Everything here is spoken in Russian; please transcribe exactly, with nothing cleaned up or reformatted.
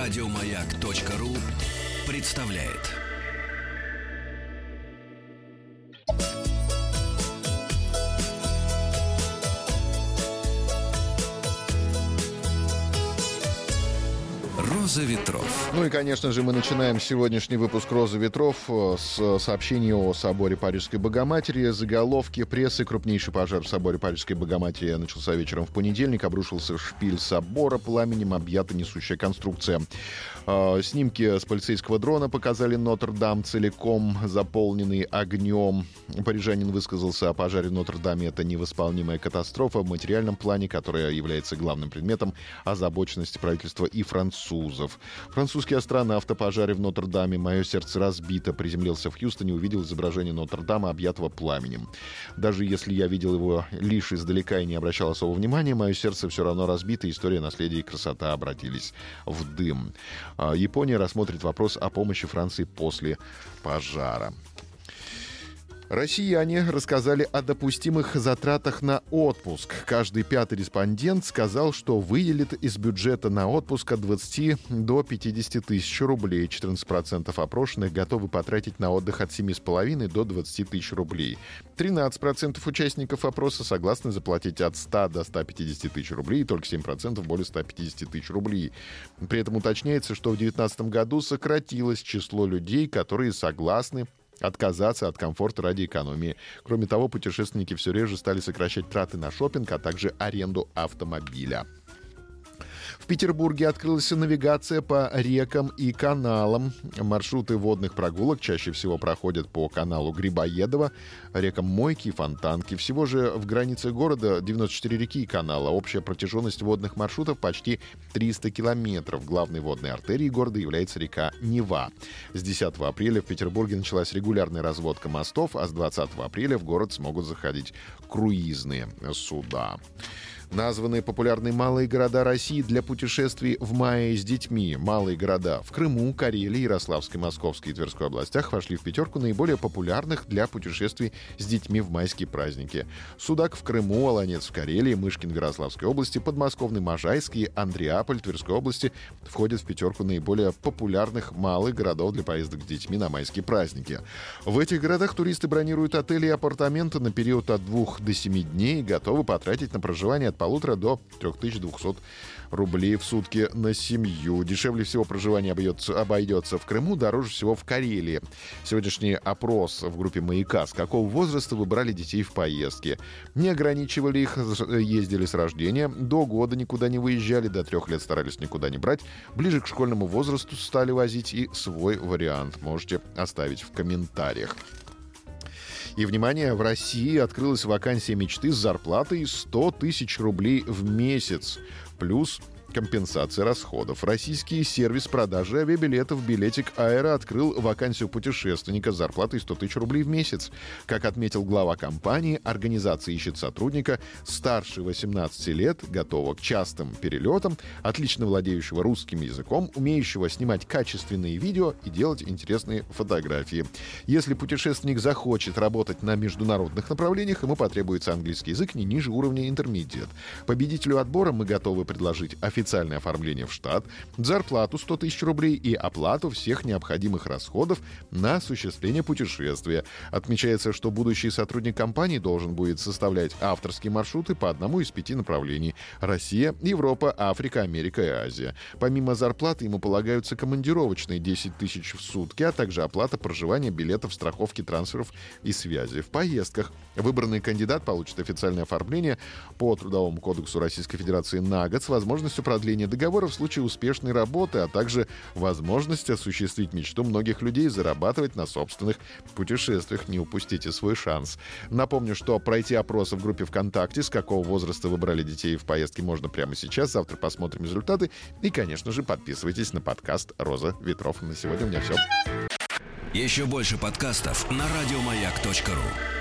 Радиомаяк.ру представляет. «Роза ветров». Ну и, конечно же, мы начинаем сегодняшний выпуск «Розы ветров» с сообщения о соборе Парижской Богоматери. Заголовки прессы. Крупнейший пожар в соборе Парижской Богоматери начался вечером в понедельник. Обрушился шпиль собора, пламенем объята несущая конструкция. Снимки с полицейского дрона показали Нотр-Дам целиком заполненный огнем. Парижанин высказался о пожаре в Нотр-Даме. Это невосполнимая катастрофа в материальном плане, которая является главным предметом озабоченности правительства и французов. Французский астронавт о пожаре в Нотр-Даме. «Мое сердце разбито». Приземлился в Хьюстоне, увидел изображение Нотр-Дама, объятого пламенем. Даже если я видел его лишь издалека и не обращал особого внимания, мое сердце все равно разбито. История, наследие и красота обратились в дым. Япония рассмотрит вопрос о помощи Франции после пожара. Россияне рассказали о допустимых затратах на отпуск. Каждый пятый респондент сказал, что выделит из бюджета на отпуск от двадцати до пятидесяти тысяч рублей. четырнадцать процентов опрошенных готовы потратить на отдых от семи с половиной до двадцати тысяч рублей. тринадцать процентов участников опроса согласны заплатить от ста до ста пятидесяти тысяч рублей, и только семь процентов более ста пятидесяти тысяч рублей. При этом уточняется, что в две тысячи девятнадцатом году сократилось число людей, которые согласны отказаться от комфорта ради экономии. Кроме того, путешественники все реже стали сокращать траты на шопинг, а также аренду автомобиля. В Петербурге открылась навигация по рекам и каналам. Маршруты водных прогулок чаще всего проходят по каналу Грибоедова, рекам Мойки и Фонтанки. Всего же в границах города девяносто четыре реки и канала. Общая протяженность водных маршрутов почти триста километров. Главной водной артерией города является река Нева. С десятого апреля в Петербурге началась регулярная разводка мостов, а с двадцатого апреля в город смогут заходить круизные суда. Названы популярные малые города России для путешествий в мае с детьми. Малые города в Крыму, Карелии, Ярославской, Московской и Тверской областях вошли в пятерку наиболее популярных для путешествий с детьми в майские праздники. Судак в Крыму, Олонец в Карелии, Мышкин в Ярославской области, подмосковный Можайск и Андреаполь в Тверской области входят в пятерку наиболее популярных малых городов для поездок с детьми на майские праздники. В этих городах туристы бронируют отели и апартаменты на период от двух до семи дней и готовы потратить на проживание от полутора до трех тысяч двухсот рублей в сутки на семью. Дешевле всего проживание обойдется, обойдется в Крыму, дороже всего в Карелии. Сегодняшний опрос в группе «Маяка». С какого возраста вы брали детей в поездки? Не ограничивали их, ездили с рождения, до года никуда не выезжали, до трех лет старались никуда не брать. Ближе к школьному возрасту стали возить, и свой вариант можете оставить в комментариях. И, внимание, в России открылась вакансия мечты с зарплатой сто тысяч рублей в месяц. Плюс компенсация расходов. Российский сервис продажи авиабилетов «Билетик Аэро» открыл вакансию путешественника с зарплатой сто тысяч рублей в месяц. Как отметил глава компании, организация ищет сотрудника старше восемнадцати лет, готового к частым перелетам, отлично владеющего русским языком, умеющего снимать качественные видео и делать интересные фотографии. Если путешественник захочет работать на международных направлениях, ему потребуется английский язык не ниже уровня интермедиат. Победителю отбора мы готовы предложить официально официальное оформление в штат, зарплату сто тысяч рублей и оплату всех необходимых расходов на осуществление путешествия. Отмечается, что будущий сотрудник компании должен будет составлять авторские маршруты по одному из пяти направлений: Россия, Европа, Африка, Америка и Азия. Помимо зарплаты ему полагаются командировочные десять тысяч в сутки, а также оплата проживания, билетов, страховки, трансферов и связи в поездках. Выбранный кандидат получит официальное оформление по Трудовому кодексу Российской Федерации на год с возможностью продления договора в случае успешной работы, а также возможность осуществить мечту многих людей — зарабатывать на собственных путешествиях. Не упустите свой шанс. Напомню, что пройти опрос в группе ВКонтакте, с какого возраста вы брали детей в поездки, можно прямо сейчас. Завтра посмотрим результаты. И, конечно же, подписывайтесь на подкаст «Роза ветров». На сегодня у меня все. Еще больше подкастов на радиомаяк точка ру.